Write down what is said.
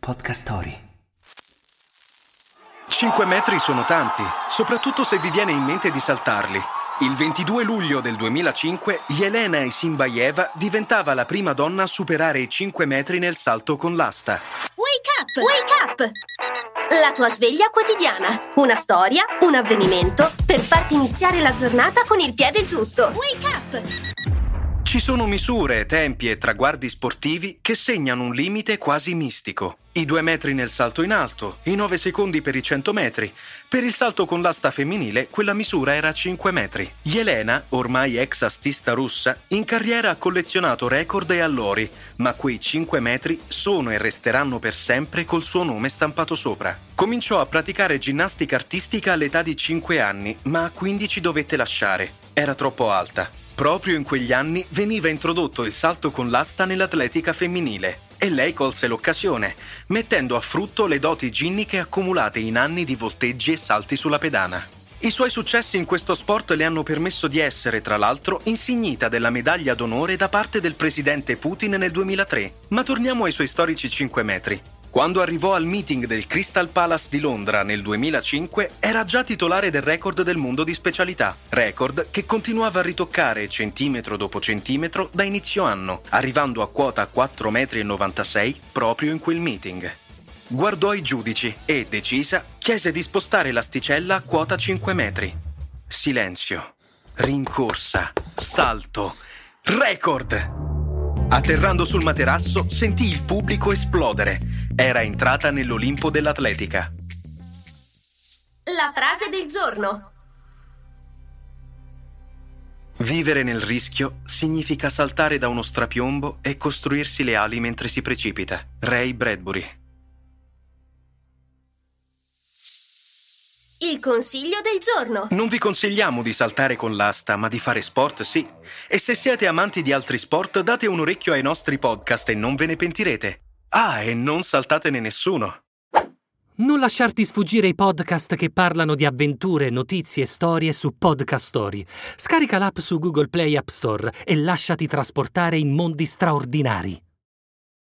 Podcast Story. 5 metri sono tanti, soprattutto se vi viene in mente di saltarli. Il 22 luglio del 2005, Jelena Isinbayeva diventava la prima donna a superare i 5 metri nel salto con l'asta. Wake up! La tua sveglia quotidiana. Una storia, un avvenimento per farti iniziare la giornata con il piede giusto. Wake up! Ci sono misure, tempi e traguardi sportivi che segnano un limite quasi mistico. I 2 metri nel salto in alto, i 9 secondi per i 100 metri. Per il salto con l'asta femminile, quella misura era 5 metri. Jelena, ormai ex astista russa, in carriera ha collezionato record e allori, ma quei 5 metri sono e resteranno per sempre col suo nome stampato sopra. Cominciò a praticare ginnastica artistica all'età di 5 anni, ma a 15 dovette lasciare. Era troppo alta. Proprio in quegli anni veniva introdotto il salto con l'asta nell'atletica femminile e lei colse l'occasione, mettendo a frutto le doti ginniche accumulate in anni di volteggi e salti sulla pedana. I suoi successi in questo sport le hanno permesso di essere, tra l'altro, insignita della medaglia d'onore da parte del presidente Putin nel 2003. Ma torniamo ai suoi storici 5 metri. Quando arrivò al meeting del Crystal Palace di Londra nel 2005, era già titolare del record del mondo di specialità, record che continuava a ritoccare centimetro dopo centimetro da inizio anno, arrivando a quota 4,96 m proprio in quel meeting. Guardò i giudici e, decisa, chiese di spostare l'asticella a quota 5 metri. Silenzio, rincorsa, salto, record! Atterrando sul materasso, sentì il pubblico esplodere. Era entrata nell'Olimpo dell'atletica. La frase del giorno. Vivere nel rischio significa saltare da uno strapiombo e costruirsi le ali mentre si precipita. Ray Bradbury. Il consiglio del giorno. Non vi consigliamo di saltare con l'asta, ma di fare sport, sì. E se siete amanti di altri sport, date un orecchio ai nostri podcast e non ve ne pentirete. Ah, e non saltatene nessuno. Non lasciarti sfuggire i podcast che parlano di avventure, notizie e storie su Podcast Story. Scarica l'app su Google Play App Store e lasciati trasportare in mondi straordinari.